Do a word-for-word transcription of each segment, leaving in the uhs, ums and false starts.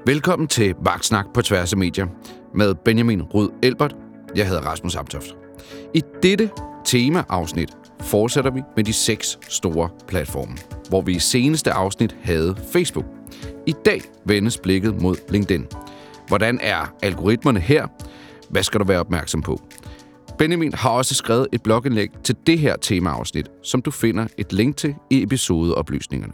Velkommen til Vagtsnak på tværs af medier med Benjamin Rud Elbert. Jeg hedder Rasmus Amtoft. I dette temaafsnit fortsætter vi med de seks store platforme, hvor vi i seneste afsnit havde Facebook. I dag vendes blikket mod LinkedIn. Hvordan er algoritmerne her? Hvad skal du være opmærksom på? Benjamin har også skrevet et blogindlæg til det her temaafsnit, som du finder et link til i episodeoplysningerne.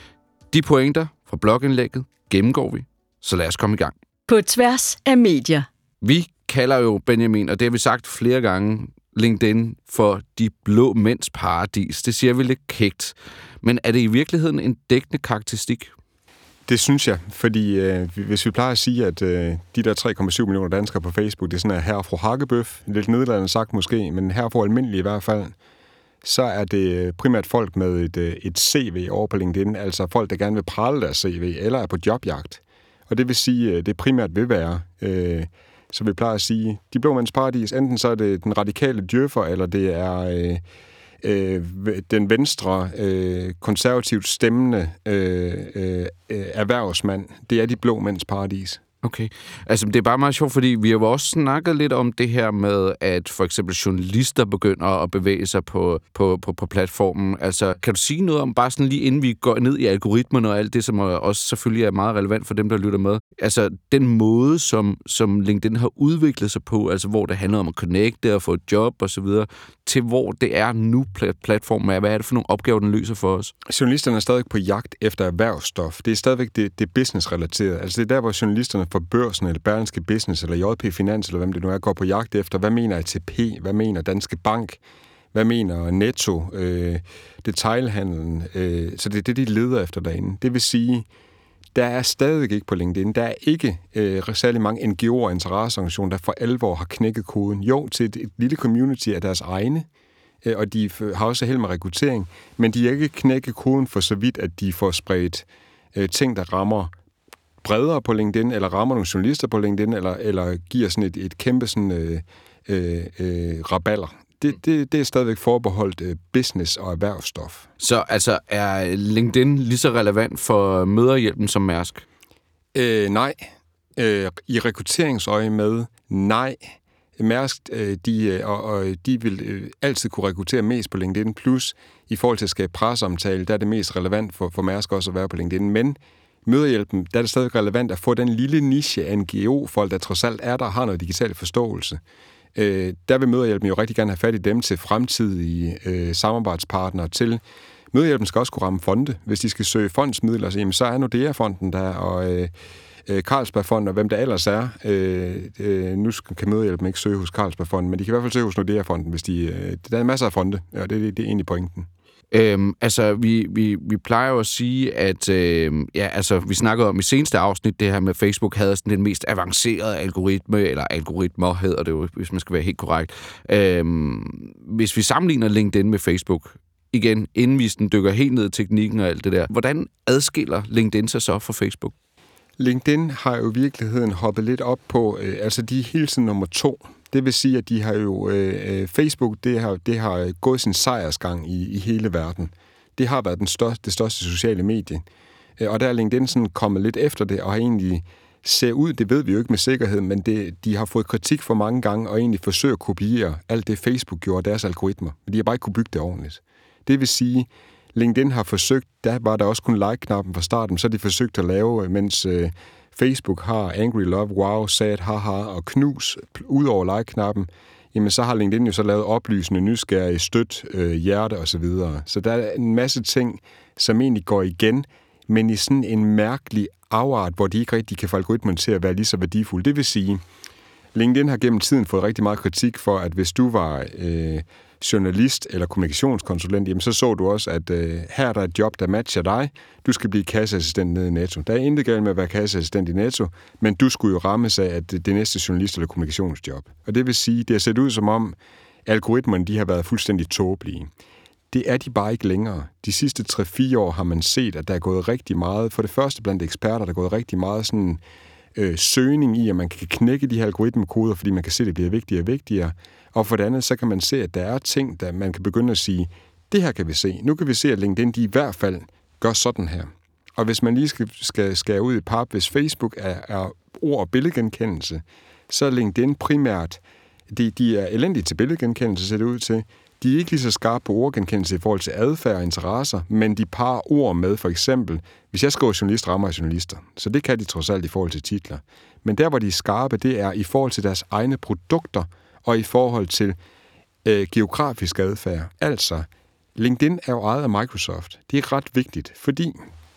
De pointer fra blogindlægget gennemgår vi, så lad os komme i gang. På tværs af medier. Vi kalder jo, Benjamin, og det har vi sagt flere gange, LinkedIn for de blå mænds paradis. Det siger vi lidt kægt. Men er det i virkeligheden en dækkende karakteristik? Det synes jeg, fordi øh, hvis vi plejer at sige, at øh, de der tre komma syv millioner danskere på Facebook, det er sådan en herre og fru Hakkebøf, lidt nedladende sagt måske, men herre og fru almindelig i hvert fald, så er det primært folk med et, et C V over på LinkedIn, altså folk, der gerne vil prale deres C V, eller er på jobjagt. Og det vil sige, det primært vil være, øh, så vi plejer at sige, de blå mænds paradis, enten så er det den radikale djøffer, eller det er øh, øh, den venstre, øh, konservativt stemmende øh, øh, erhvervsmand. Det er de blå mænds paradis. Okay. Altså, det er bare meget sjovt, fordi vi har jo også snakket lidt om det her med, at for eksempel journalister begynder at bevæge sig på, på, på, på platformen. Altså, kan du sige noget om, bare sådan lige inden vi går ned i algoritmerne og alt det, som også selvfølgelig er meget relevant for dem, der lytter med. Altså, den måde, som, som LinkedIn har udviklet sig på, altså hvor det handler om at connecte og få et job og så videre, til hvor det er nu platformen er. Hvad er det for nogle opgaver, den løser for os? Journalisterne er stadig på jagt efter erhvervsstof. Det er stadigvæk det, det business-relateret. Altså, det er der, hvor journalisterne for Børsen, eller Berlingske Business, eller J P Finans, eller hvem det nu er, går på jagt efter. Hvad mener A T P? Hvad mener Danske Bank? Hvad mener Netto? Øh, detailhandlen? Øh, så det er det, de leder efter derinde. Det vil sige, der er stadig ikke på LinkedIn. Der er ikke øh, særlig mange N G O'er og interesseorganisationer, der for alvor har knækket koden. Jo, til et, et lille community af deres egne, øh, og de har også held med rekruttering, men de har ikke knækket koden for så vidt, at de får spredt øh, ting, der rammer bredere på LinkedIn, eller rammer nogle journalister på LinkedIn, eller, eller giver sådan et, et kæmpe sådan, øh, øh, raballer. Det, det, det er stadigvæk forbeholdt øh, business og erhvervsstof. Så altså, er LinkedIn lige så relevant for Mødrehjælpen som Mærsk? Øh, nej. Øh, I rekrutteringsøje med nej. Mærsk, øh, de, og, og de vil øh, altid kunne rekruttere mest på LinkedIn, plus i forhold til at skabe presseomtale, der er det mest relevant for, for Mærsk også at være på LinkedIn, men Mødrehjælpen, der er det stadig relevant at få den lille niche af N G O-folk, der trods alt er der, har noget digital forståelse. Øh, der vil Mødrehjælpen jo rigtig gerne have fat i dem til fremtidige øh, samarbejdspartnere til. Mødrehjælpen skal også kunne ramme fonde. Hvis de skal søge fondsmidler, så, jamen, så er Nordea-fonden der, og øh, Carlsbergfonden, og hvem der ellers er. Øh, øh, nu kan Mødrehjælpen ikke søge hos Carlsbergfonden, men de kan i hvert fald søge hos Nordea-fonden, hvis de... Øh, der er masser af fonde, og det, det, det er egentlig pointen. Øhm, altså, vi, vi, vi plejer jo at sige, at øh, ja, altså, vi snakkede om i seneste afsnit, det her med Facebook havde sådan den mest avancerede algoritme, eller algoritmer hedder det jo, hvis man skal være helt korrekt. Øhm, hvis vi sammenligner LinkedIn med Facebook, igen, inden vi sådan dykker helt ned i teknikken og alt det der, hvordan adskiller LinkedIn sig så fra Facebook? LinkedIn har jo i virkeligheden hoppet lidt op på, øh, altså de er hele tiden nummer to. Det vil sige, at de har jo, øh, Facebook, det har, det har gået sin sejrsgang i, i hele verden. Det har været den største, det største sociale medie. Og der er LinkedIn sådan kommet lidt efter det, og har egentlig ser ud, det ved vi jo ikke med sikkerhed, men det, de har fået kritik for mange gange, og egentlig forsøger at kopiere alt det, Facebook gjorde, deres algoritmer. Men de har bare ikke kunne bygge det ordentligt. Det vil sige, LinkedIn har forsøgt, der var der også kun like-knappen fra starten, så har de forsøgt at lave, mens øh, Facebook har Angry Love, Wow, Sad, Haha og Knus, ud over like-knappen, jamen så har LinkedIn jo så lavet oplysende, nysgerrige, støt, øh, hjerte osv. Så, videre. Så der er en masse ting, som egentlig går igen, men i sådan en mærkelig afart, hvor de ikke rigtig kan få algoritmen til at være lige så værdifuld. Det vil sige, LinkedIn har gennem tiden fået rigtig meget kritik for, at hvis du var øh, journalist eller kommunikationskonsulent, jamen så så du også, at øh, her er der et job, der matcher dig. Du skal blive kasseassistent nede i Netto. Der er intet galt med at være kasseassistent i Netto, men du skulle jo rammes af, at det næste journalist- eller kommunikationsjob. Og det vil sige, det har set ud som om, algoritmerne de har været fuldstændig tåbelige. Det er de bare ikke længere. De sidste tre fire år har man set, at der er gået rigtig meget, for det første blandt eksperter, der er gået rigtig meget sådan øh, søgning i, at man kan knække de her algoritmekoder, fordi man kan se, at det bliver vigtigere og vigtigere. Og for det andet, så kan man se, at der er ting, der man kan begynde at sige, det her kan vi se. Nu kan vi se, at LinkedIn de i hvert fald gør sådan her. Og hvis man lige skal, skal skære ud i pap, hvis Facebook er, er ord- og billedgenkendelse, så er LinkedIn primært, de, de er elendige til billedgenkendelse, ser det ud til. De er ikke lige så skarpe på ordgenkendelse i forhold til adfærd og interesser, men de parer ord med, for eksempel, hvis jeg skriver journalist, rammer jeg journalister. Så det kan de trods alt i forhold til titler. Men der, hvor de er skarpe, det er i forhold til deres egne produkter og i forhold til øh, geografisk adfærd. Altså, LinkedIn er jo ejet af Microsoft. Det er ret vigtigt, fordi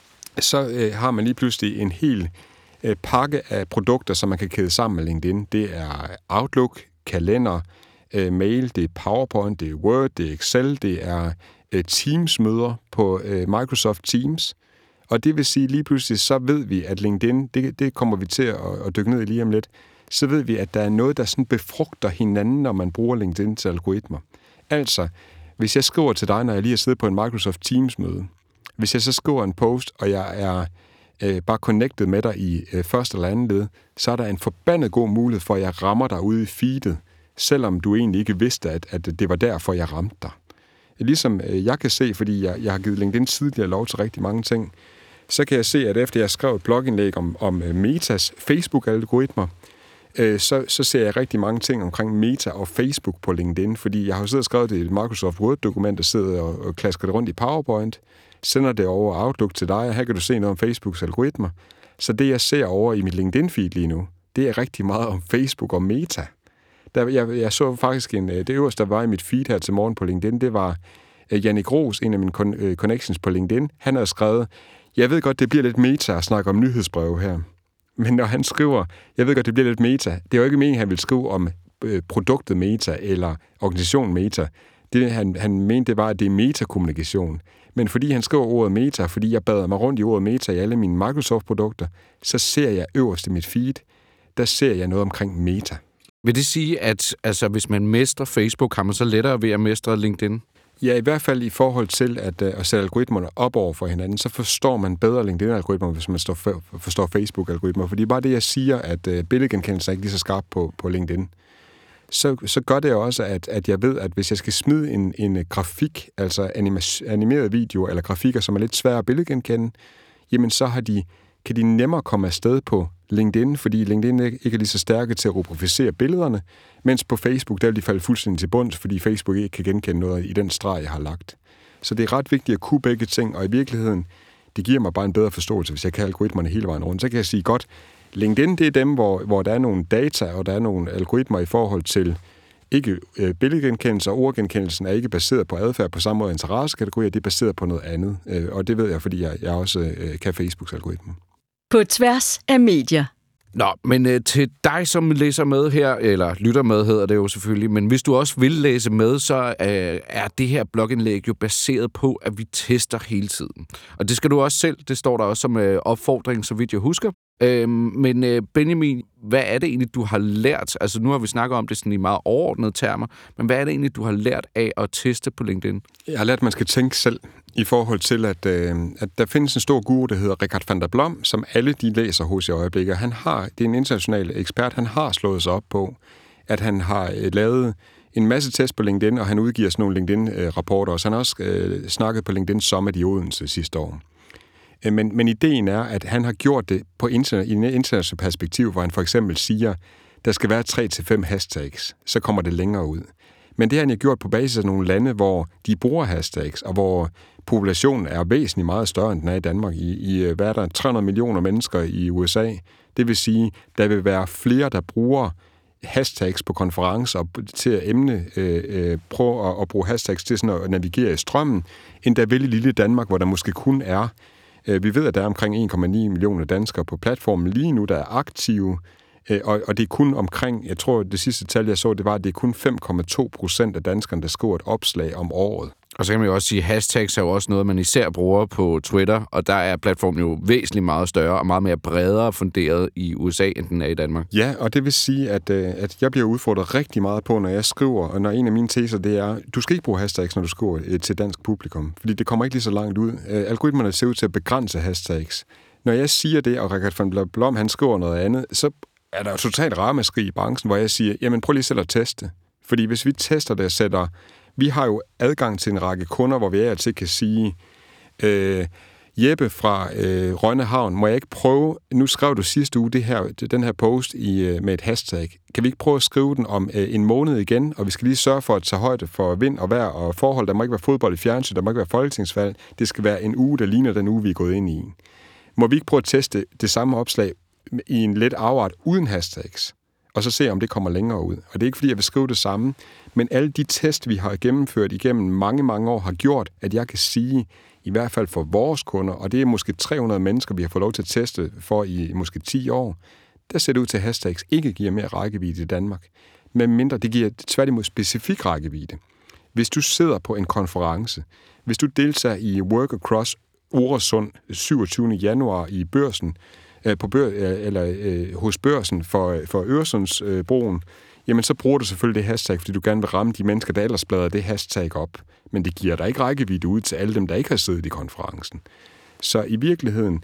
så øh, har man lige pludselig en hel øh, pakke af produkter, som man kan kæde sammen med LinkedIn. Det er Outlook, kalender, øh, mail, det er PowerPoint, det er Word, det er Excel, det er øh, Teams-møder på øh, Microsoft Teams. Og det vil sige, lige pludselig, så ved vi, at LinkedIn, det, det kommer vi til at, at dykke ned i lige om lidt, så ved vi, at der er noget, der sådan befrugter hinanden, når man bruger LinkedIn til algoritmer. Altså, hvis jeg skriver til dig, når jeg lige har siddet på en Microsoft Teams-møde, hvis jeg så skriver en post, og jeg er øh, bare connected med dig i øh, første eller anden led, så er der en forbandet god mulighed for, at jeg rammer dig ude i feedet, selvom du egentlig ikke vidste, at, at det var derfor, jeg ramte dig. Ligesom øh, jeg kan se, fordi jeg, jeg har givet LinkedIn tidligere lov til rigtig mange ting, så kan jeg se, at efter jeg skrev et blogindlæg om, om Metas Facebook-algoritmer, øh, så, så ser jeg rigtig mange ting omkring Meta og Facebook på LinkedIn, fordi jeg har jo siddet og skrevet det i et Microsoft Word-dokument, der sidder og, og klasker det rundt i PowerPoint, sender det over Outlook til dig, og her kan du se noget om Facebooks algoritmer. Så det, jeg ser over i mit LinkedIn-feed lige nu, det er rigtig meget om Facebook og Meta. Der, jeg, jeg så faktisk en, det øverste, der var i mit feed her til morgen på LinkedIn, det var Jannik Ros, en af mine con- connections på LinkedIn. Han havde skrevet, jeg ved godt, det bliver lidt meta at snakke om nyhedsbreve her. Men når han skriver, jeg ved godt, det bliver lidt meta, det er jo ikke meningen, han vil skrive om øh, produktet Meta eller organisationen Meta. Det, han, han mente, det var, at det er metakommunikation. Men fordi han skriver ordet meta, fordi jeg bader mig rundt i ordet meta i alle mine Microsoft-produkter, så ser jeg øverst i mit feed, der ser jeg noget omkring meta. Vil det sige, at altså, hvis man mestrer Facebook, har man så lettere ved at mestre LinkedIn? Ja, i hvert fald i forhold til at, uh, at sætte algoritmerne op over for hinanden, så forstår man bedre LinkedIn-algoritmer, hvis man står, forstår Facebook-algoritmer. Fordi bare det, jeg siger, at uh, billedgenkendelse er ikke lige så skarp på, på LinkedIn, så, så gør det også, at, at jeg ved, at hvis jeg skal smide en, en grafik, altså anima- animerede videoer eller grafikker, som er lidt svære at billedgenkende, jamen så har de, kan de nemmere komme afsted på LinkedIn, fordi LinkedIn ikke er lige så stærke til at rubrificere billederne, mens på Facebook, der vil de falde fuldstændig til bunds, fordi Facebook ikke kan genkende noget i den streg, jeg har lagt. Så det er ret vigtigt at kunne begge ting, og i virkeligheden, det giver mig bare en bedre forståelse, hvis jeg kan algoritmerne hele vejen rundt. Så kan jeg sige, godt, LinkedIn, det er dem, hvor, hvor der er nogle data, og der er nogle algoritmer i forhold til ikke øh, billedgenkendelse, og ordgenkendelsen er ikke baseret på adfærd på samme måde interessekategorier, det er baseret på noget andet. Øh, og det ved jeg, fordi jeg, jeg også øh, kan Facebooks algoritme. På tværs af medier. Nå, men øh, til dig, som læser med her, eller lytter med, hedder det jo selvfølgelig, men hvis du også vil læse med, så øh, er det her blogindlæg jo baseret på, at vi tester hele tiden. Og det skal du også selv, det står der også som øh, opfordring, så vidt jeg husker. Øh, men øh, Benjamin, hvad er det egentlig, du har lært? Altså nu har vi snakket om det sådan i meget overordnede termer, men hvad er det egentlig, du har lært af at teste på LinkedIn? Jeg har lært, at man skal tænke selv i forhold til, at, øh, at der findes en stor guru, der hedder Richard van der Blom, som alle de læser hos i øjeblikket. Han har, det er en international ekspert, han har slået sig op på, at han har øh, lavet en masse test på LinkedIn, og han udgiver sådan nogle LinkedIn-rapporter, og så han har også øh, snakket på LinkedIn Summit i Odense sidste år. Men, men ideen er, at han har gjort det på internet, i en international perspektiv, hvor han for eksempel siger, der skal være tre til fem hashtags, så kommer det længere ud. Men det har han jo gjort på basis af nogle lande, hvor de bruger hashtags, og hvor populationen er væsentligt meget større, end den er i Danmark. I, i hvad er der, tre hundrede millioner mennesker i U S A. Det vil sige, der vil være flere, der bruger hashtags på konferencer til at emne, øh, prøve at, at bruge hashtags til sådan at navigere i strømmen, end der vil i lille Danmark, hvor der måske kun er. Øh, vi ved, at der er omkring en komma ni millioner danskere på platformen lige nu, der er aktive. Og, og det er kun omkring, jeg tror, det sidste tal, jeg så, det var, at det er kun fem komma to procent af danskerne, der skriver et opslag om året. Og så kan man jo også sige, at hashtags er jo også noget, man især bruger på Twitter, og der er platformen jo væsentligt meget større og meget mere bredere funderet i U S A, end den er i Danmark. Ja, og det vil sige, at, at jeg bliver udfordret rigtig meget på, når jeg skriver, og når en af mine teser, det er, du skal ikke bruge hashtags, når du skriver til dansk publikum, fordi det kommer ikke lige så langt ud. Algoritmerne ser ud til at begrænse hashtags. Når jeg siger det, og Richard van der Blom, han skriver noget andet, så er der jo totalt ramaskrig i branchen, hvor jeg siger, jamen prøv lige selv at teste. Fordi hvis vi tester det og sætter, vi har jo adgang til en række kunder, hvor vi er til kan sige, øh, Jeppe fra øh, Rønne Havn, må jeg ikke prøve, nu skrev du sidste uge det her, den her post i, øh, med et hashtag. Kan vi ikke prøve at skrive den om øh, en måned igen, og vi skal lige sørge for at tage højde for vind og vejr og forhold. Der må ikke være fodbold i fjernsyn, der må ikke være folketingsvalg. Det skal være en uge, der ligner den uge, vi er gået ind i. Må vi ikke prøve at teste det samme opslag i en let afart uden hashtags, og så se, om det kommer længere ud. Og det er ikke, fordi jeg vil skrive det samme, men alle de test, vi har gennemført igennem mange, mange år, har gjort, at jeg kan sige, i hvert fald for vores kunder, og det er måske tre hundrede mennesker, vi har fået lov til at teste for i måske ti år, der ser det ud til, at hashtags ikke giver mere rækkevidde i Danmark. Men mindre, det giver tværtimod specifik rækkevidde. Hvis du sidder på en konference, hvis du deltager i Work Across Øresund syvogtyvende januar i børsen, øh, på bør, eller øh, hos børsen for, for Øresundsbroen, øh, jamen så bruger du selvfølgelig det hashtag, fordi du gerne vil ramme de mennesker, der ellers bladrer det hashtag op. Men det giver dig ikke rækkevidde ud til alle dem, der ikke har siddet i konferencen. Så i virkeligheden,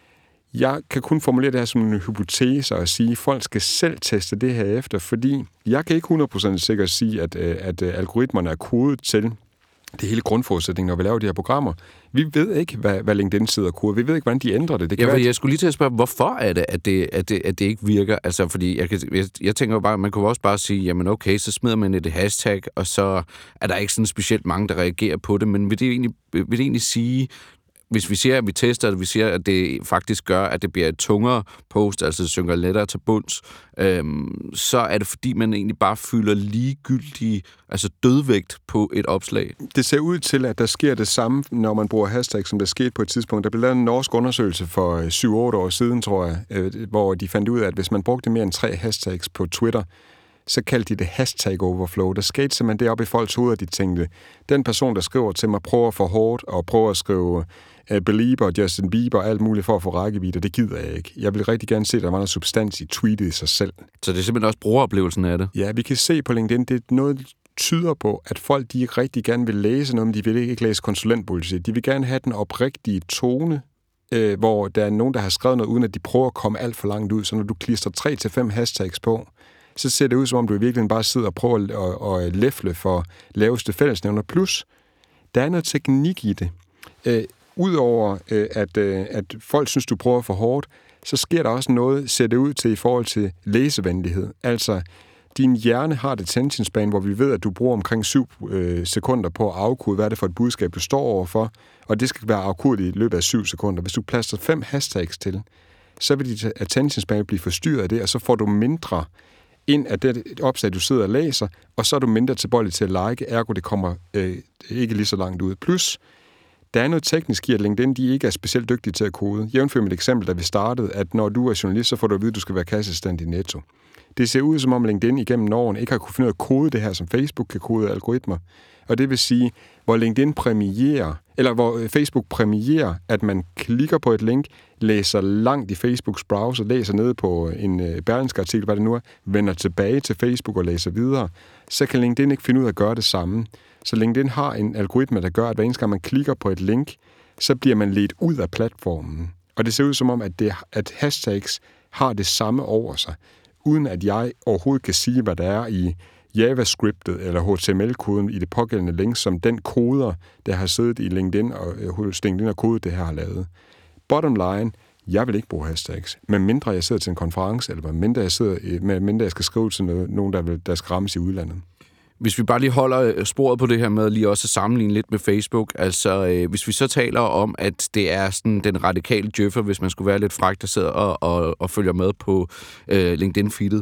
jeg kan kun formulere det her som en hypotese og sige, at folk skal selv teste det her efter, fordi jeg kan ikke hundrede procent sikkert sige, at, at algoritmerne er kodet til det hele grundforudsætning, når vi laver de her programmer. Vi ved ikke, hvad, hvad LinkedIn sidder og koder. Vi ved ikke, hvordan de ændrer det. det kan ja, være, jeg skulle lige til at spørge, hvorfor er det, at det, at det, at det ikke virker? Altså, fordi jeg, kan, jeg, jeg tænker jo bare, man kunne også bare sige, jamen okay, så smider man et hashtag, og så er der ikke sådan specielt mange, der reagerer på det, men vil det egentlig, vil det egentlig sige, hvis vi siger, at vi tester, at vi siger, at det faktisk gør, at det bliver et tungere post, altså det synker lettere til bunds, øhm, så er det fordi, man egentlig bare fylder ligegyldig, altså dødvægt på et opslag. Det ser ud til, at der sker det samme, når man bruger hashtag, som der skete på et tidspunkt. Der blev lavet en norsk undersøgelse for syv otte år siden, tror jeg, øh, hvor de fandt ud af, at hvis man brugte mere end tre hashtags på Twitter, så kaldte de det hashtag overflow. Der skete simpelthen det op i folks hoveder, de tænkte, den person, der skriver til mig, prøver for hårdt og prøver at skrive uh, Belieber, Justin Bieber og alt muligt for at få rækkevidde, det gider jeg ikke. Jeg vil rigtig gerne se, at der var noget substans i tweetet i sig selv. Så det er simpelthen også brugeroplevelsen af det? Ja, vi kan se på LinkedIn, det er noget, tyder på, at folk de rigtig gerne vil læse noget, men de vil ikke læse konsulentbullshit. De vil gerne have den oprigtige tone, øh, hvor der er nogen, der har skrevet noget, uden at de prøver at komme alt for langt ud. Så når du klister tre til fem hashtags på, så ser det ud, som om du i virkeligheden bare sidder og prøver at, at, at læfle for laveste fællesnævner. Plus, der er noget teknik i det. Øh, Udover øh, at, øh, at folk synes, du prøver for hårdt, så sker der også noget, ser det ud til i forhold til læsevenlighed. Altså, din hjerne har et attention span, hvor vi ved, at du bruger omkring syv øh, sekunder på at afkode, hvad er det for et budskab, du står overfor, og det skal være afkodet i løbet af syv sekunder. Hvis du plaster fem hashtags til, så vil dit attention span blive forstyrret af det, og så får du mindre ind af det opslag, du sidder og læser, og så er du mindre tilbøjelig til at like, ergo det kommer øh, ikke lige så langt ud. Plus, der er noget teknisk i, at LinkedIn de ikke er specielt dygtige til at kode. Jævnfør mit eksempel, da vi startede, at når du er journalist, så får du at vide, at du skal være kasseassistent i Netto. Det ser ud, som om LinkedIn igennem årene ikke har kunnet finde ud af at kode det her, som Facebook kan kode algoritmer. Og det vil sige, hvor LinkedIn præmierer, eller hvor Facebook præmierer, at man klikker på et link, læser langt i Facebooks browser, læser ned på en Berlingske artikel, hvad det nu er, vender tilbage til Facebook og læser videre, så kan LinkedIn ikke finde ud af at gøre det samme. Så LinkedIn har en algoritme, der gør, at hver eneste gang man klikker på et link, så bliver man ledt ud af platformen. Og det ser ud som om, at, det, at hashtags har det samme over sig, uden at jeg overhovedet kan sige, hvad der er i JavaScriptet eller H T M L-koden i det pågældende link, som den koder, der har siddet i LinkedIn og hos LinkedIn og kodet det her har lavet. Bottom line, jeg vil ikke bruge hashtags, men mindre jeg sidder til en konference, eller mindre jeg sidder, med mindre jeg skal skrive til noget, nogen, der, vil, der skal rammes i udlandet. Hvis vi bare lige holder sporet på det her med lige også at sammenligne lidt med Facebook, altså øh, hvis vi så taler om, at det er sådan den radikale djøffer, hvis man skulle være lidt fræk, der sidder og, og, og følger med på øh, LinkedIn-feedet,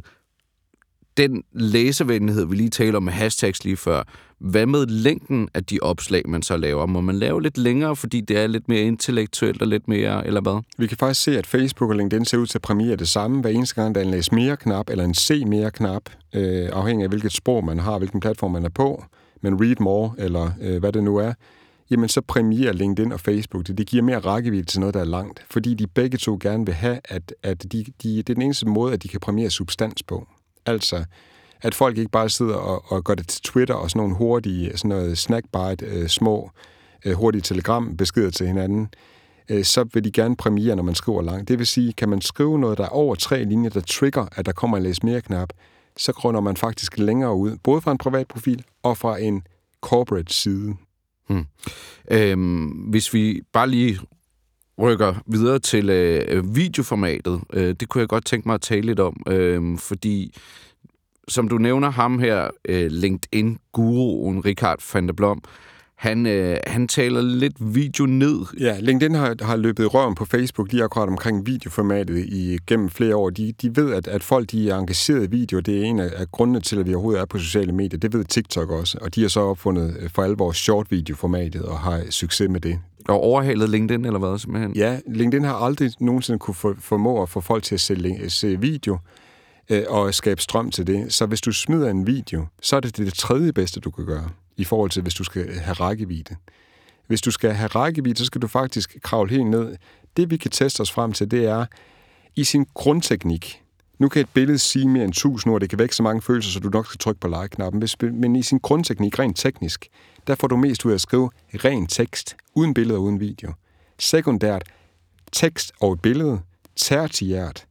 den læsevenlighed, vi lige taler om med hashtags lige før, hvad med længden af de opslag, man så laver? Må man lave lidt længere, fordi det er lidt mere intellektuelt og lidt mere, eller hvad? Vi kan faktisk se, at Facebook og LinkedIn ser ud til at præmiere det samme. Hver eneste gang, der er en læs mere-knap eller en se mere-knap, øh, afhængig af hvilket sprog man har, hvilken platform man er på, men read more, eller øh, hvad det nu er, jamen så præmierer LinkedIn og Facebook det. Det giver mere rækkevidde til noget, der er langt, fordi de begge to gerne vil have, at, at de, de, det er den eneste måde, at de kan præmiere substans på. Altså, at folk ikke bare sidder og, og gør det til Twitter og sådan nogle hurtige, sådan noget snackbite, øh, små, øh, hurtige telegrambeskeder til hinanden, øh, så vil de gerne præmiere, når man skriver langt. Det vil sige, kan man skrive noget, der er over tre linjer, der trigger, at der kommer en læs mere knap, så runder man faktisk længere ud, både fra en privat profil og fra en corporate side. Hmm. Øhm, hvis vi bare lige rykker videre til øh, videoformatet, øh, det kunne jeg godt tænke mig at tale lidt om, øh, fordi som du nævner ham her, øh, LinkedIn-guruen Richard van der Blom, han, øh, han taler lidt video ned. Ja, LinkedIn har, har løbet røven på Facebook lige akkurat omkring videoformatet i, gennem flere år. De, de ved, at, at folk de er engageret i video. Det er en af, af grundene til, at vi overhovedet er på sociale medier. Det ved TikTok også, og de har så opfundet for alvor short-videoformatet og har succes med det. Og overhalet LinkedIn, eller hvad simpelthen? Ja, LinkedIn har aldrig nogensinde kunne for, formå at få folk til at se, se video øh, og skabe strøm til det. Så hvis du smider en video, så er det det tredje bedste, du kan gøre, i forhold til, hvis du skal have rækkevidde. Hvis du skal have rækkevidde, så skal du faktisk kravle helt ned. Det, vi kan teste os frem til, det er i sin grundteknik. Nu kan et billede sige mere end tusind ord, det kan vække så mange følelser, så du nok skal trykke på like-knappen. Men i sin grundteknik, rent teknisk, der får du mest ud af at skrive ren tekst, uden billeder og uden video. Sekundært, tekst og et billede, tertiært,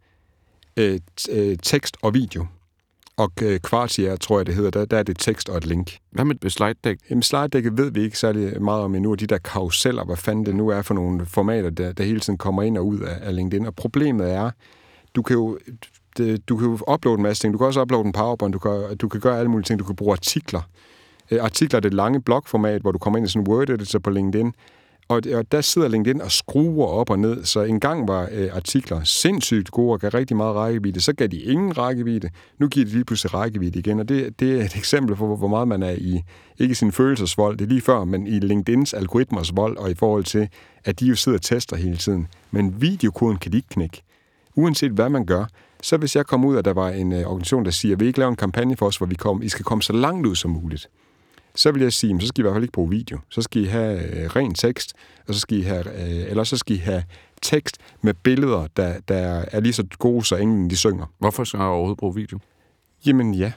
øh, tekst og video. Og kvartiært, tror jeg, det hedder, der, der er det tekst og et link. Hvad med slide-dæk? Jamen, slide-dækket ved vi ikke særlig meget om endnu, de der karuseller, hvad fanden det nu er for nogle formater, der, der hele tiden kommer ind og ud af, af LinkedIn. Og problemet er, du kan jo, det, du kan jo uploade en masse ting. Du kan også uploade en PowerPoint, du kan, du kan gøre alle mulige ting. Du kan bruge artikler. Artikler er det lange blogformat, hvor du kommer ind i sådan en Word-editor på LinkedIn. Og, og der sidder LinkedIn og skruer op og ned. Så engang var øh, artikler sindssygt gode og gav rigtig meget rækkevidde. Så gav de ingen rækkevidde. Nu giver de lige pludselig rækkevidde igen. Og det, det er et eksempel på, hvor meget man er i, ikke sin følelsesvold, det er lige før, men i LinkedIns algoritmers vold, og i forhold til, at de jo sidder og tester hele tiden. Men videokoden kan de ikke knække. Uanset hvad man gør, så hvis jeg kom ud, at der var en øh, organisation, der siger, at vi ikke laver en kampagne for os, hvor vi kom, I skal komme så langt ud som muligt, så vil jeg sige, så skal I i hvert fald ikke bruge video. Så skal I have øh, ren tekst, og så skal I have, øh, eller så skal I have tekst med billeder, der, der er lige så gode, så ingen de synger. Hvorfor skal jeg overhovedet bruge video? Jamen ja.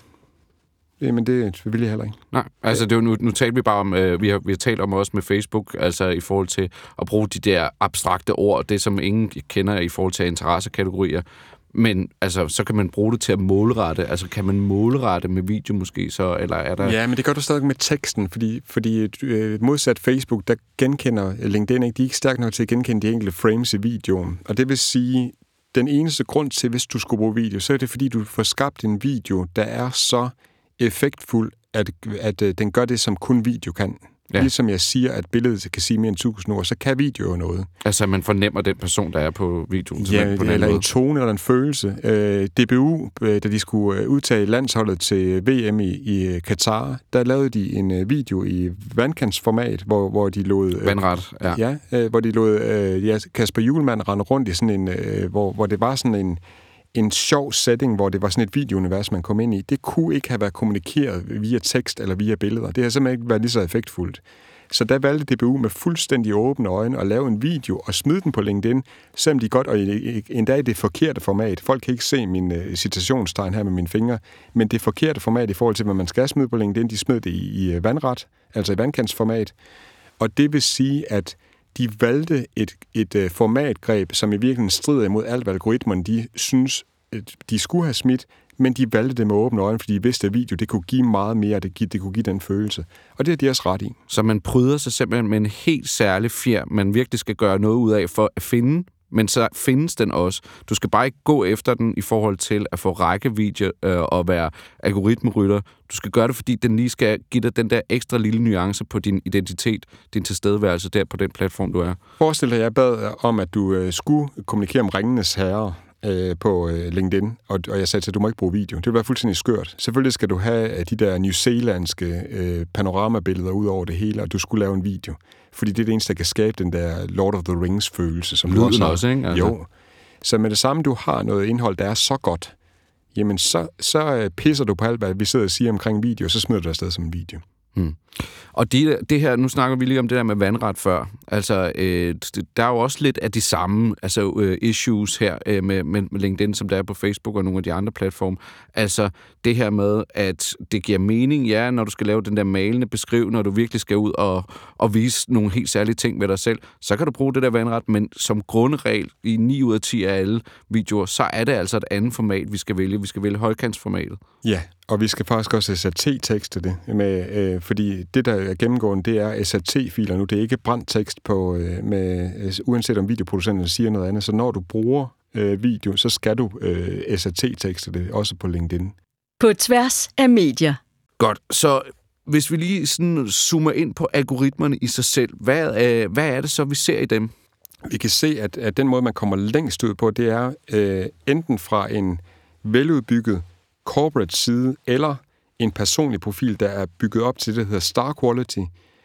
Jamen det vil jeg heller ikke. Nej, altså det er jo, nu, nu taler vi bare om, øh, vi, har, vi har talt om også med Facebook, altså i forhold til at bruge de der abstrakte ord, det som ingen kender i forhold til interessekategorier. Men altså, så kan man bruge det til at målrette. Altså, kan man målrette med video måske så, eller er der... Ja, men det gør du stadig med teksten, fordi, fordi øh, modsat Facebook, der genkender LinkedIn ikke. De er ikke stærkt nok til at genkende de enkelte frames i videoen. Og det vil sige, den eneste grund til, hvis du skulle bruge video, så er det, fordi du får skabt en video, der er så effektfuld, at, at øh, den gør det, som kun video kan. Ja. Ligesom jeg siger, at billedet kan sige mere end tusind ord, så kan video jo noget. Altså, man fornemmer den person, der er på videoen? Ja, på eller en tone eller en følelse. Øh, D B U, da de skulle udtage landsholdet til V M i, i Katar, der lavede de en video i vandkantsformat, hvor, hvor de lod... Øh, Vandret, ja. Ja, øh, hvor de lod øh, ja, Kasper Hjulmand rende rundt i sådan en... Øh, hvor, hvor det var sådan en... en sjov setting, hvor det var sådan et videounivers, man kom ind i. Det kunne ikke have været kommunikeret via tekst eller via billeder. Det har simpelthen ikke været lige så effektfuldt. Så der valgte D B U med fuldstændig åbne øjne at lave en video og smide den på LinkedIn, selvom de godt, og endda i det forkerte format. Folk kan ikke se min uh, citationstegn her med mine fingre, men det forkerte format i forhold til, hvad man skal smide på LinkedIn, de smed det i, i vandret, altså i vandkantsformat. Og det vil sige, at de valgte et, et uh, formatgreb, som i virkeligheden strider imod alt, hvad algoritmerne de synes, de skulle have smidt, men de valgte det med åbne øjne, fordi de vidste, at video det kunne give meget mere, det, det kunne give den følelse. Og det er de også ret i. Så man pryder sig simpelthen med en helt særlig fjer, man virkelig skal gøre noget ud af for at finde, men så findes den også. Du skal bare ikke gå efter den i forhold til at få rækkevidde øh, og være algoritmerytter. Du skal gøre det, fordi den lige skal give dig den der ekstra lille nuance på din identitet, din tilstedeværelse der på den platform, du er. Forestil dig, jeg bad om, at du øh, skulle kommunikere om Ringenes Herre på LinkedIn, og, og jeg sagde til, at du må ikke bruge video. Det vil være fuldstændig skørt. Selvfølgelig skal du have de der newzealandske øh, panoramabilleder ud over det hele, og du skulle lave en video. Fordi det er det eneste, der kan skabe den der Lord of the Rings-følelse. Som lyden du også, også, ikke? Altså. Jo. Så med det samme, du har noget indhold, der er så godt, jamen så, så pisser du på alt, hvad vi sidder og siger omkring video, og så smider du afsted som en video. Hmm. Og det, det her, nu snakker vi lige om det der med vandret før. Altså, øh, der er jo også lidt af de samme altså, øh, issues her øh, med, med LinkedIn, som der er på Facebook og nogle af de andre platforme. Altså, det her med, at det giver mening, ja, når du skal lave den der malende beskriv, når du virkelig skal ud og, og vise nogle helt særlige ting ved dig selv, så kan du bruge det der vandret, men som grundregel i ni ud af ti af alle videoer, så er det altså et andet format, vi skal vælge. Vi skal vælge højkantsformatet. Ja, og vi skal faktisk også S A T-tekste det, med, øh, fordi det, der er gennemgående, det er S A T-filer nu. Det er ikke brændt tekst, på, øh, med, øh, uanset om videoproducenten siger noget andet. Så når du bruger øh, video, så skal du øh, S A T-tekste det, også på LinkedIn. På tværs af medier. Godt, så hvis vi lige sådan zoomer ind på algoritmerne i sig selv, hvad, øh, hvad er det så, vi ser i dem? Vi kan se, at, at den måde, man kommer længst ud på, det er øh, enten fra en veludbygget corporate side, eller en personlig profil, der er bygget op til det, der hedder star quality,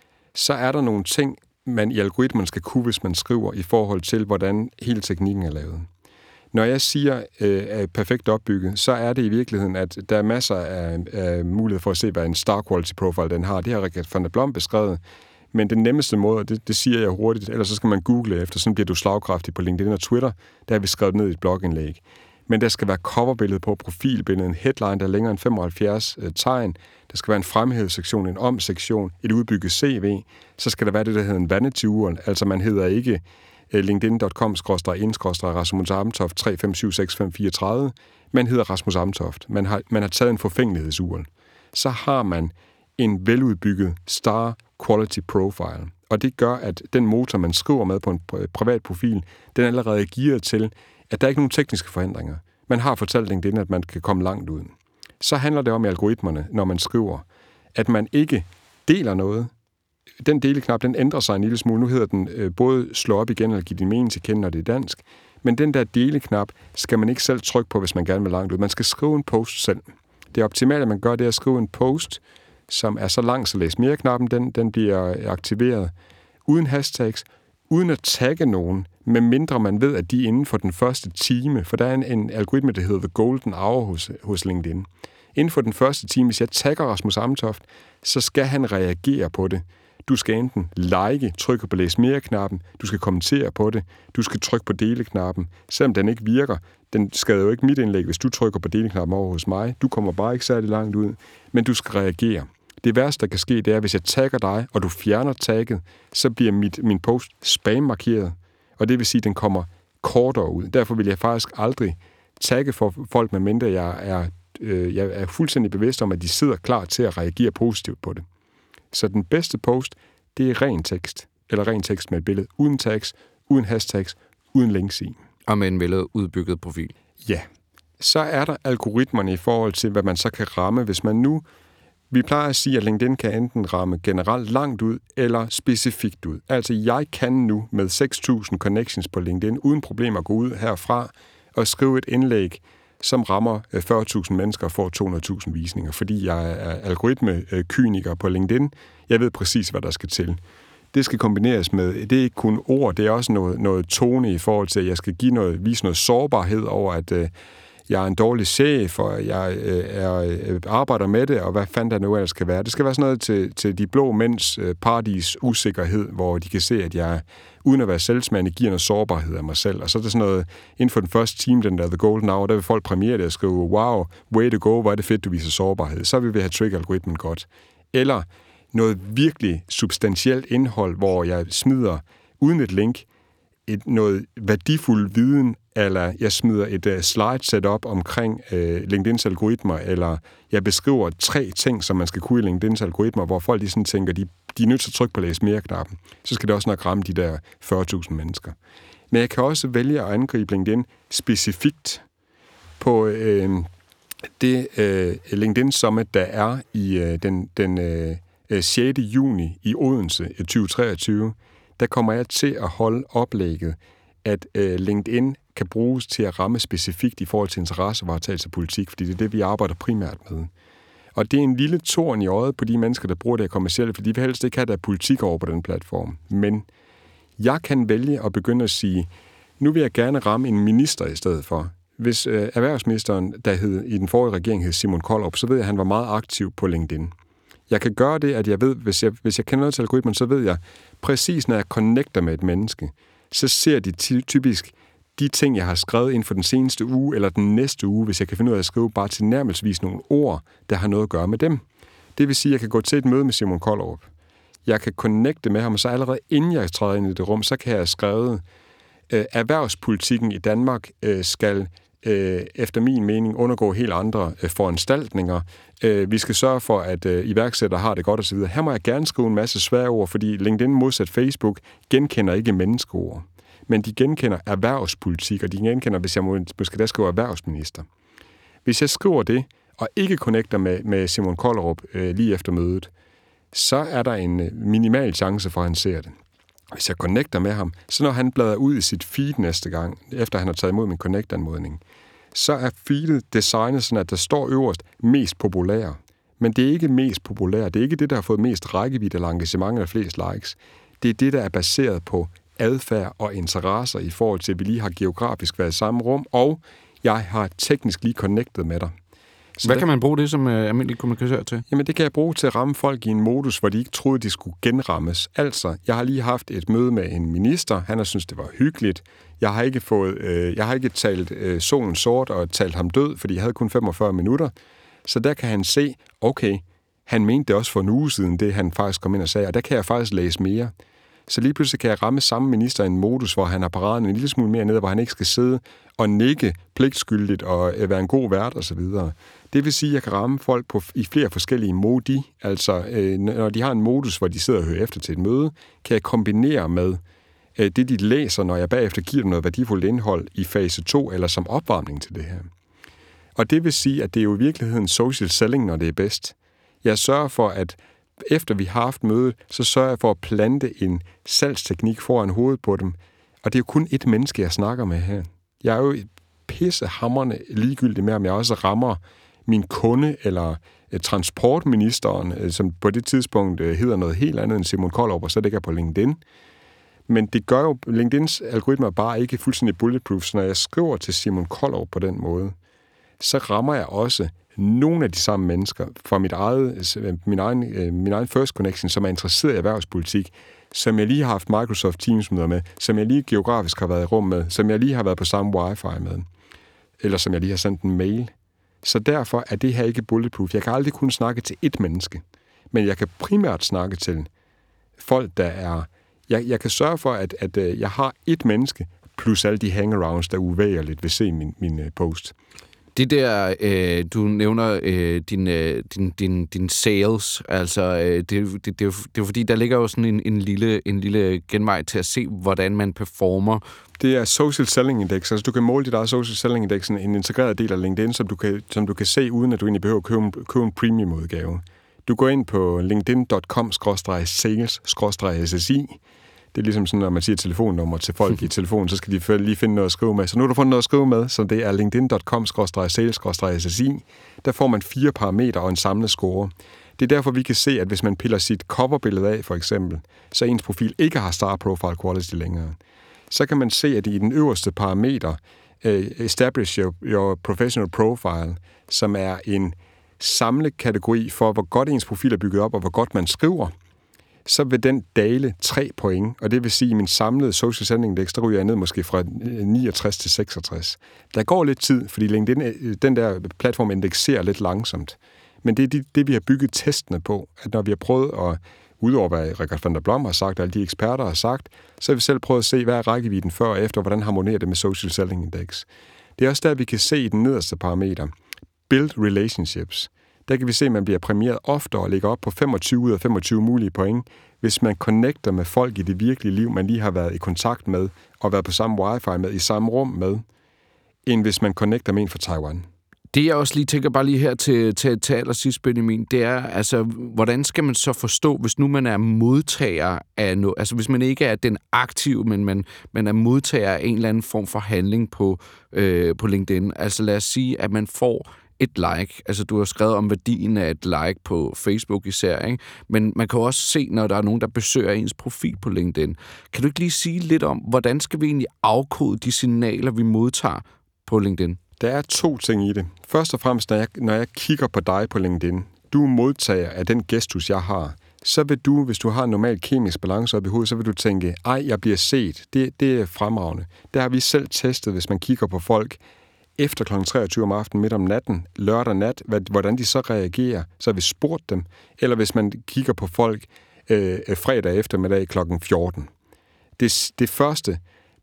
så er der nogle ting, man i algoritmen skal kunne, hvis man skriver, i forhold til, hvordan hele teknikken er lavet. Når jeg siger øh, er perfekt opbygget, så er det i virkeligheden, at der er masser af, af mulighed for at se, hvad en star quality profile den har. Det har Richard van der Blom beskrevet, men den nemmeste måde, det, det siger jeg hurtigt, ellers så skal man google efter, sådan bliver du slagkraftig på LinkedIn og Twitter, der har vi skrevet ned i et blogindlæg. Men der skal være coverbillede på, profilbillede, en headline, der er længere end femoghalvfjerds øh, tegn. Der skal være en fremhævsektion, en om-sektion, et udbygget C V. Så skal der være det, der hedder en vanity-U R L. Altså man hedder ikke øh, linkedin punktum com skråstreg ind skråstreg Rasmus Amtoft tre fem syv seks fem fire tre. Man hedder Rasmus Amtoft. Man har, man har taget en forfængeligheds-U R L. Så har man en veludbygget star quality profile. Og det gør, at den motor, man skriver med på en privat profil, den er allerede gearet til, at der er ikke nogen tekniske forhindringer. Man har fortalt LinkedIn, at man kan komme langt ud. Så handler det om i algoritmerne, når man skriver, at man ikke deler noget. Den deleknap, den ændrer sig en lille smule. Nu hedder den øh, både slå op igen eller give din mening til kende, når det er dansk. Men den der deleknap skal man ikke selv trykke på, hvis man gerne vil langt ud. Man skal skrive en post selv. Det optimale, at man gør, det er at skrive en post, som er så lang, så læs mere-knappen, den, den bliver aktiveret uden hashtags, uden at tagge nogen, med mindre man ved, at de er inden for den første time, for der er en, en algoritme, der hedder The Golden Hour hos, hos LinkedIn. Inden for den første time, hvis jeg tagger Rasmus Amtoft, så skal han reagere på det. Du skal enten like, trykke på læs mere-knappen, du skal kommentere på det, du skal trykke på dele-knappen, selvom den ikke virker. Den skader jo ikke mit indlæg, hvis du trykker på dele-knappen over hos mig. Du kommer bare ikke særlig langt ud, men du skal reagere. Det værste, der kan ske, det er, hvis jeg tagger dig, og du fjerner tagget, så bliver mit, min post spam-markeret, og det vil sige, at den kommer kortere ud. Derfor vil jeg faktisk aldrig tagge for folk, medmindre jeg er, øh, jeg er fuldstændig bevidst om, at de sidder klar til at reagere positivt på det. Så den bedste post, det er ren tekst, eller ren tekst med et billede, uden tags, uden hashtags, uden links i. Og med en veludbygget profil. Ja. Så er der algoritmerne i forhold til, hvad man så kan ramme, hvis man nu... Vi plejer at sige, at LinkedIn kan enten ramme generelt langt ud, eller specifikt ud. Altså, jeg kan nu med seks tusind connections på LinkedIn, uden problemer gå ud herfra og skrive et indlæg, som rammer fyrre tusind mennesker og får to hundrede tusind visninger, fordi jeg er algoritmekyniker på LinkedIn. Jeg ved præcis, hvad der skal til. Det skal kombineres med, det er ikke kun ord, det er også noget, noget tone i forhold til, at jeg skal give noget, vise noget sårbarhed over, at øh, jeg er en dårlig chef, og jeg øh, er, øh, arbejder med det, og hvad fanden der nu ellers skal være. Det skal være sådan noget til, til de blå mænds øh, paradis usikkerhed, hvor de kan se, at jeg, uden at være salgsmand, giver noget sårbarhed af mig selv. Og så er det sådan noget, inden for den første time, den der The Golden Hour, der vil folk premiere det og skrive, wow, way to go, hvor er det fedt, du viser sårbarhed. Så vil vi have trigger-algoritmen godt. Eller noget virkelig substantielt indhold, hvor jeg smider, uden et link, et, noget værdifuld viden, eller jeg smider et uh, slide setup omkring uh, LinkedIns algoritmer, eller jeg beskriver tre ting, som man skal kunne i LinkedIns algoritmer, hvor folk de sådan tænker, de, de er nødt til at trykke på læs mere-knappen. Så skal det også nok ramme de der fyrre tusind mennesker. Men jeg kan også vælge at angribe LinkedIn specifikt på uh, det uh, LinkedIn Summit, der er i uh, den, den uh, sjette juni i Odense i tyve treogtyve. Der kommer jeg til at holde oplægget, at øh, LinkedIn kan bruges til at ramme specifikt i forhold til interessevaretagelse og politik, fordi det er det, vi arbejder primært med. Og det er en lille torn i øjet på de mennesker, der bruger det kommercielle, fordi vi helst ikke have der politik over på den platform. Men jeg kan vælge at begynde at sige, nu vil jeg gerne ramme en minister i stedet for. Hvis øh, erhvervsministeren, der hed, i den forrige regering hed Simon Kollerup, så ved jeg, at han var meget aktiv på LinkedIn. Jeg kan gøre det, at jeg ved, hvis jeg, hvis jeg kender noget til algoritmen, så ved jeg præcis, når jeg connecter med et menneske, så ser de typisk de ting, jeg har skrevet inden for den seneste uge eller den næste uge, hvis jeg kan finde ud af at skrive bare tilnærmelsesvis nogle ord, der har noget at gøre med dem. Det vil sige, at jeg kan gå til et møde med Simon Kollerup. Jeg kan connecte med ham, og så allerede inden jeg træder ind i det rum, så kan jeg have skrevet, øh, erhvervspolitikken i Danmark øh, skal øh, efter min mening undergå helt andre øh, foranstaltninger. Øh, vi skal sørge for, at øh, iværksættere har det godt osv. Her må jeg gerne skrive en masse svære ord, fordi LinkedIn modsat Facebook genkender ikke menneskeord. Men de genkender erhvervspolitik, og de genkender, hvis jeg må, måske der skriver erhvervsminister. Hvis jeg skriver det, og ikke connecter med, med Simon Kollerup øh, lige efter mødet, så er der en øh, minimal chance for, at han ser det. Hvis jeg connecter med ham, så når han bladrer ud i sit feed næste gang, efter han har taget imod min connect-anmodning, så er feedet designet sådan, at der står øverst mest populær. Men det er ikke mest populær. Det er ikke det, der har fået mest rækkevidde eller engagement eller flest likes. Det er det, der er baseret på adfærd og interesser i forhold til, at vi lige har geografisk været i samme rum, og jeg har teknisk lige connectet med dig. Så Hvad der, kan man bruge det som øh, almindelig kommunikatør til? Jamen, det kan jeg bruge til at ramme folk i en modus, hvor de ikke troede, de skulle genrammes. Altså, jeg har lige haft et møde med en minister. Han har syntes, det var hyggeligt. Jeg har ikke fået, øh, jeg har ikke talt øh, solen sort og talt ham død, fordi jeg havde kun femogfyrre minutter. Så der kan han se, okay, han mente det også for en uge siden, det han faktisk kom ind og sagde, og der kan jeg faktisk læse mere. Så lige pludselig kan jeg ramme samme minister i en modus, hvor han har paraden en lille smule mere ned, hvor han ikke skal sidde og nikke pligtskyldigt og være en god vært osv. Det vil sige, at jeg kan ramme folk på, i flere forskellige modi. Altså, øh, når de har en modus, hvor de sidder og hører efter til et møde, kan jeg kombinere med øh, det, de læser, når jeg bagefter giver dem noget værdifuldt indhold i fase to eller som opvarmning til det her. Og det vil sige, at det er jo i virkeligheden social selling, når det er bedst. Jeg sørger for, at efter vi har haft mødet, så sørger jeg for at plante en salgsteknik foran hovedet på dem. Og det er jo kun et menneske, jeg snakker med her. Jeg er jo pissehamrende ligegyldig med, om jeg også rammer min kunde eller transportministeren, som på det tidspunkt hedder noget helt andet end Simon Kollerup, og så ligger på LinkedIn. Men det gør jo, LinkedIns algoritmer bare ikke fuldstændig bulletproof, så når jeg skriver til Simon Kollerup på den måde, så rammer jeg også nogle af de samme mennesker fra mit eget, min, egen, min egen first connection, som er interesseret i erhvervspolitik, som jeg lige har haft Microsoft Teams-møder med, som jeg lige geografisk har været i rum med, som jeg lige har været på samme wifi med, eller som jeg lige har sendt en mail. Så derfor er det her ikke bulletproof. Jeg kan aldrig kun snakke til ét menneske, men jeg kan primært snakke til folk, der er... Jeg, jeg kan sørge for, at, at jeg har ét menneske, plus alle de hangarounds, der uvægerligt vil se min, min post. Det der, øh, du nævner øh, din, øh, din, din, din sales, altså øh, det, det, det, er jo, det er jo fordi, der ligger jo sådan en, en, lille, en lille genvej til at se, hvordan man performer. Det er Social Selling Index, altså du kan måle dit eget Social Selling Index, en integreret del af LinkedIn, som du kan, som du kan se, uden at du egentlig behøver at købe en, købe en premium-udgave. Du går ind på linkedin punktum com skråstreg sales skråstreg S S I. Det er ligesom sådan, når man siger telefonnummer til folk i telefonen, så skal de lige finde noget at skrive med. Så nu har du fundet noget at skrive med, så det er linkedin punktum com skråstreg sales skråstreg S S I. Der får man fire parametre og en samlet score. Det er derfor, vi kan se, at hvis man piller sit coverbillede af, for eksempel, så ens profil ikke har star profile quality længere, så kan man se, at i den øverste parameter, uh, establish your, your professional profile, som er en samlet kategori for, hvor godt ens profil er bygget op, og hvor godt man skriver, så vil den dale tre point, og det vil sige, at min samlede social selling index, der ryger jeg ned måske fra niogtres til seksogtres. Der går lidt tid, fordi LinkedIn, den der platform indekserer lidt langsomt. Men det er det, det, vi har bygget testene på, at når vi har prøvet at, udover hvad Richard van der Blom har sagt, og alle de eksperter har sagt, så har vi selv prøvet at se, hvad er rækkevidden før og efter, hvordan harmonerer det med social selling index. Det er også der, vi kan se i den nederste parameter, build relationships. Der kan vi se, at man bliver præmieret oftere og ligger op på femogtyve ud af femogtyve mulige point, hvis man connecter med folk i det virkelige liv, man lige har været i kontakt med og været på samme wifi med, i samme rum med, end hvis man connecter med en fra Taiwan. Det jeg også lige tænker bare lige her til, til, til allersidst, Benjamin, det er, altså, hvordan skal man så forstå, hvis nu man er modtager af noget, altså hvis man ikke er den aktive, men man, man er modtager af en eller anden form for handling på, øh, på LinkedIn. Altså lad os sige, at man får et like. Altså, du har skrevet om værdien af et like på Facebook især, ikke? Men man kan også se, når der er nogen, der besøger ens profil på LinkedIn. Kan du ikke lige sige lidt om, hvordan skal vi egentlig afkode de signaler, vi modtager på LinkedIn? Der er to ting i det. Først og fremmest, når jeg, når jeg kigger på dig på LinkedIn, du modtager af den gestus, jeg har, så vil du, hvis du har en normal kemisk balance op i hovedet, så vil du tænke, ej, jeg bliver set. Det, det er fremragende. Der har vi selv testet, hvis man kigger på folk, efter klokken treogtyve om aftenen, midt om natten, lørdag nat, hvordan de så reagerer, så har vi spurgt dem. Eller hvis man kigger på folk øh, fredag eftermiddag klokken fjorten. Det, det første,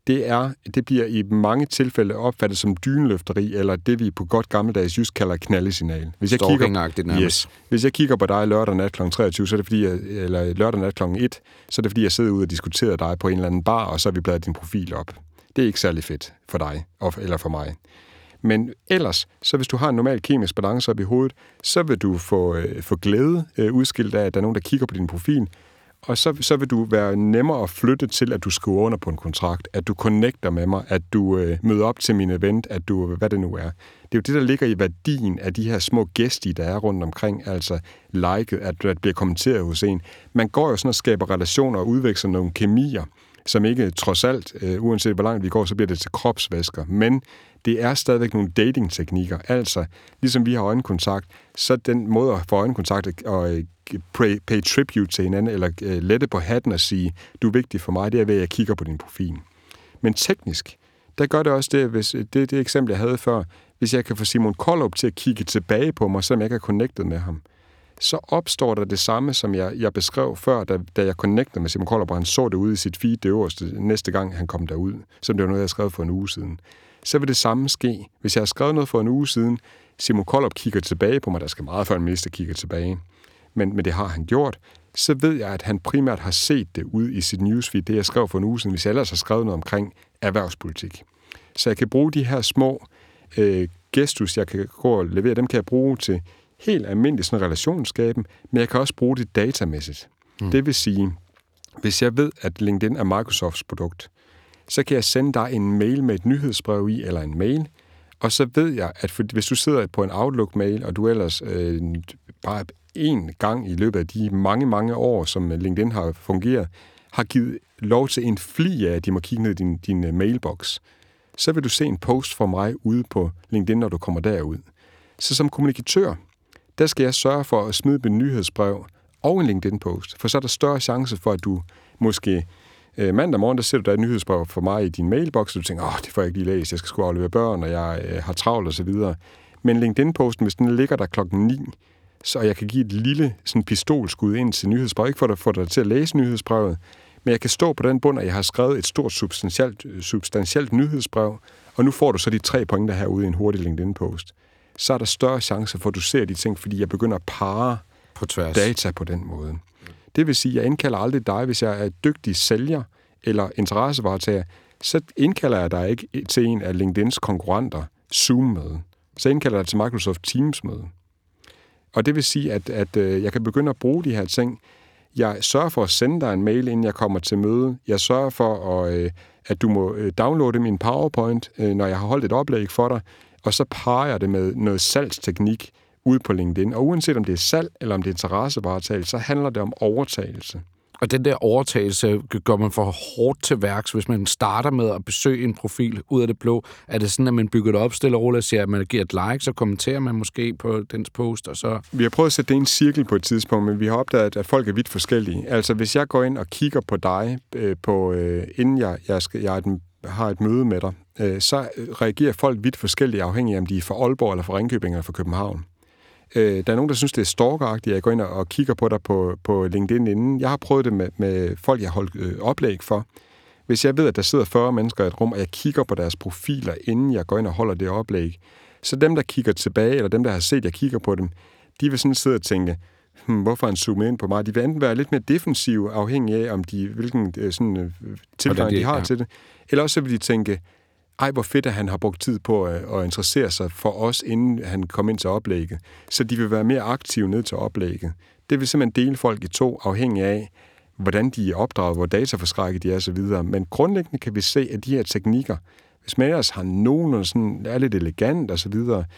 det, er, det bliver i mange tilfælde opfattet som dyneløfteri, eller det, vi på godt gammeldags just kalder knaldesignal. Hvis jeg kigger, yes, hvis jeg kigger på dig lørdag nat klokken treogtyve, så er det fordi, jeg, eller lørdag nat klokken et, så er det fordi, jeg sidder ude og diskuterer dig på en eller anden bar, og så har vi bladet din profil op. Det er ikke særlig fedt for dig, eller for mig. Men ellers, så hvis du har en normal kemisk balance op i hovedet, så vil du få, øh, få glæde øh, udskilt af, at der er nogen, der kigger på din profil, og så, så vil du være nemmere at flytte til, at du skriver under på en kontrakt, at du connecter med mig, at du øh, møder op til min event, at du, hvad det nu er. Det er jo det, der ligger i værdien af de her små gæster, der er rundt omkring, altså liket, at det bliver kommenteret hos en. Man går jo sådan og skaber relationer og udveksler nogle kemier, som ikke trods alt, øh, uanset hvor langt vi går, så bliver det til kropsvæsker. Men det er stadigvæk nogle datingteknikker. Altså, ligesom vi har øjenkontakt, så den måde at få øjenkontakt og pay, pay tribute til hinanden, eller øh, lette på hatten og sige, du er vigtig for mig, det er ved, at jeg kigger på din profil. Men teknisk, der gør det også det, hvis det, det eksempel, jeg havde før, hvis jeg kan få Simon Koldrup til at kigge tilbage på mig, selvom jeg ikke er connectet med ham, så opstår der det samme, som jeg, jeg beskrev før, da, da jeg connectede med Simon Koldrup, og han så det ude i sit feed det øverste næste gang, han kom derud, som det var noget, jeg skrev for en uge siden. Så vil det samme ske. Hvis jeg har skrevet noget for en uge siden, Simon Koldrup kigger tilbage på mig, der skal meget før en minister kigger tilbage, men, men det har han gjort, så ved jeg, at han primært har set det ud i sit newsfeed, det jeg skrev for en uge siden, hvis jeg ellers har skrevet noget omkring erhvervspolitik. Så jeg kan bruge de her små øh, gestus, jeg kan gå og levere, dem kan jeg bruge til helt almindelig sådan relationsskaben, men jeg kan også bruge det datamæssigt. Mm. Det vil sige, hvis jeg ved, at LinkedIn er Microsofts produkt, så kan jeg sende dig en mail med et nyhedsbrev i, eller en mail, og så ved jeg, at for, hvis du sidder på en Outlook-mail, og du ellers øh, bare en gang i løbet af de mange, mange år, som LinkedIn har fungeret, har givet lov til en fli af, at de må kigge ned i din, din mailbox, så vil du se en post fra mig ude på LinkedIn, når du kommer derud. Så som kommunikatør, der skal jeg sørge for at smide et nyhedsbrev og en LinkedIn-post, for så er der større chance for, at du måske øh, mandag morgen, der sætter du et nyhedsbrev for mig i din mailbox, og du tænker, åh, det får jeg ikke lige læst, jeg skal sgu aflevere børn, og jeg øh, har travlt og så videre. Men LinkedIn-posten, hvis den ligger der klokken ni, så jeg kan give et lille sådan, pistolskud ind til nyhedsbrevet, ikke for at få dig til at læse nyhedsbrevet, men jeg kan stå på den bund, at jeg har skrevet et stort substantielt, substantielt nyhedsbrev, og nu får du så de tre pointer herude i en hurtig LinkedIn-post. Så er der større chance for, at du ser de ting, fordi jeg begynder at parre på tværs. Data på den måde. Det vil sige, at jeg indkalder aldrig dig, hvis jeg er dygtig sælger eller interessevaretager, så indkalder jeg dig ikke til en af LinkedIns konkurrenter Zoom-møde. Så indkalder jeg dig til Microsoft Teams-møde. Og det vil sige, at, at jeg kan begynde at bruge de her ting. Jeg sørger for at sende dig en mail, inden jeg kommer til møde. Jeg sørger for, at, at du må downloade min PowerPoint, når jeg har holdt et oplæg for dig, og så parer jeg det med noget salgsteknik ude på LinkedIn. Og uanset om det er salg eller om det er interessevaretagelse, så handler det om overtagelse. Og den der overtagelse gør man for hårdt til værks, hvis man starter med at besøge en profil ud af det blå. Er det sådan, at man bygger det op stille og roligt og siger, at man giver et like, så kommenterer man måske på dens post, og så... Vi har prøvet at sætte det i en cirkel på et tidspunkt, men vi har opdaget, at folk er vidt forskellige. Altså, hvis jeg går ind og kigger på dig, øh, på, øh, inden jeg, jeg, skal, jeg et, har et møde med dig, øh, så reagerer folk vidt forskellige, afhængig af, om de er fra Aalborg, eller fra Ringkøbing, eller fra København. Der er nogen, der synes, det er stalkeragtigt, at jeg går ind og kigger på dig på, på LinkedIn inden. Jeg har prøvet det med, med folk, jeg har holdt øh, oplæg for. Hvis jeg ved, at der sidder fyrre mennesker i et rum, og jeg kigger på deres profiler, inden jeg går ind og holder det oplæg, så dem, der kigger tilbage, eller dem, der har set, at jeg kigger på dem, de vil sådan sidde og tænke, hm, hvorfor han zoomet ind på mig? De vil enten være lidt mere defensive, afhængig af, om de, hvilken øh, sådan, øh, tilgang de har ja. til det. Eller også vil de tænke, ej, hvor fedt, at han har brugt tid på at, at interessere sig for os, inden han kom ind til oplægget. Så de vil være mere aktive ned til oplægget. Det vil simpelthen dele folk i to, afhængig af, hvordan de er opdraget, hvor dataforskrækket de er osv. Men grundlæggende kan vi se, at de her teknikker, hvis man ellers har nogen, sådan, er lidt elegant osv.,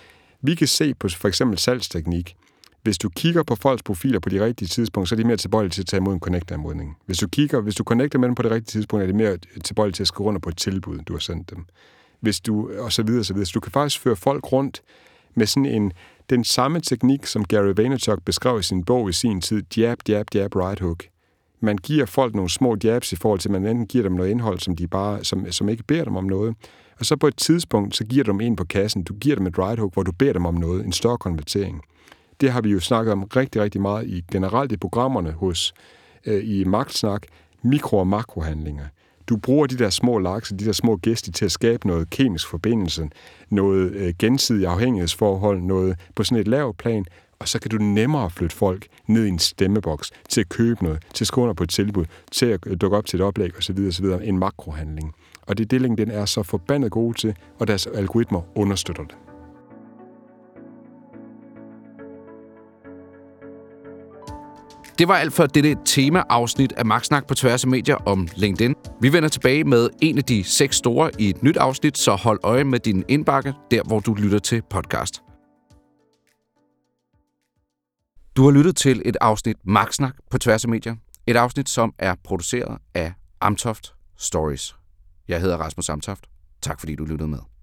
vi kan se på for eksempel salgsteknik. Hvis du kigger på folks profiler på de rigtige tidspunkter, så er de mere tilbøjelige til at tage imod en connect-anmodning. Hvis du kigger, hvis du connecter med dem på det rigtige tidspunkt, er de mere tilbøjelige til at skrive under på et tilbud, du har sendt dem. Hvis du, og så videre, så videre. Så du kan faktisk føre folk rundt med sådan en, den samme teknik, som Gary Vaynerchuk beskrev i sin bog i sin tid, jab, jab, jab, right hook. Man giver folk nogle små jabs i forhold til, at man enten giver dem noget indhold, som de bare, som, som ikke beder dem om noget. Og så på et tidspunkt, så giver du dem en på kassen. Du giver dem et right hook, hvor du beder dem om noget, en større konvertering. Det har vi jo snakket om rigtig, rigtig meget i generelt i programmerne hos, øh, i Magtsnak, mikro- og makrohandlinger. Du bruger de der små likes og de der små gæster til at skabe noget kemisk forbindelse, noget øh, gensidig afhængighedsforhold, noget på sådan et lavt plan, og så kan du nemmere flytte folk ned i en stemmeboks til at købe noget, til at skrive under på et tilbud, til at dukke op til et oplæg osv. osv. En makrohandling. Og det deling, den er så forbandet gode til, og deres algoritmer understøtter det. Det var alt for dette tema-afsnit af Magtsnak på tværs af medier om LinkedIn. Vi vender tilbage med en af de seks store i et nyt afsnit, så hold øje med din indbakke, der hvor du lytter til podcast. Du har lyttet til et afsnit Magtsnak på tværs af medier. Et afsnit, som er produceret af Amtoft Stories. Jeg hedder Rasmus Amtoft. Tak fordi du lyttede med.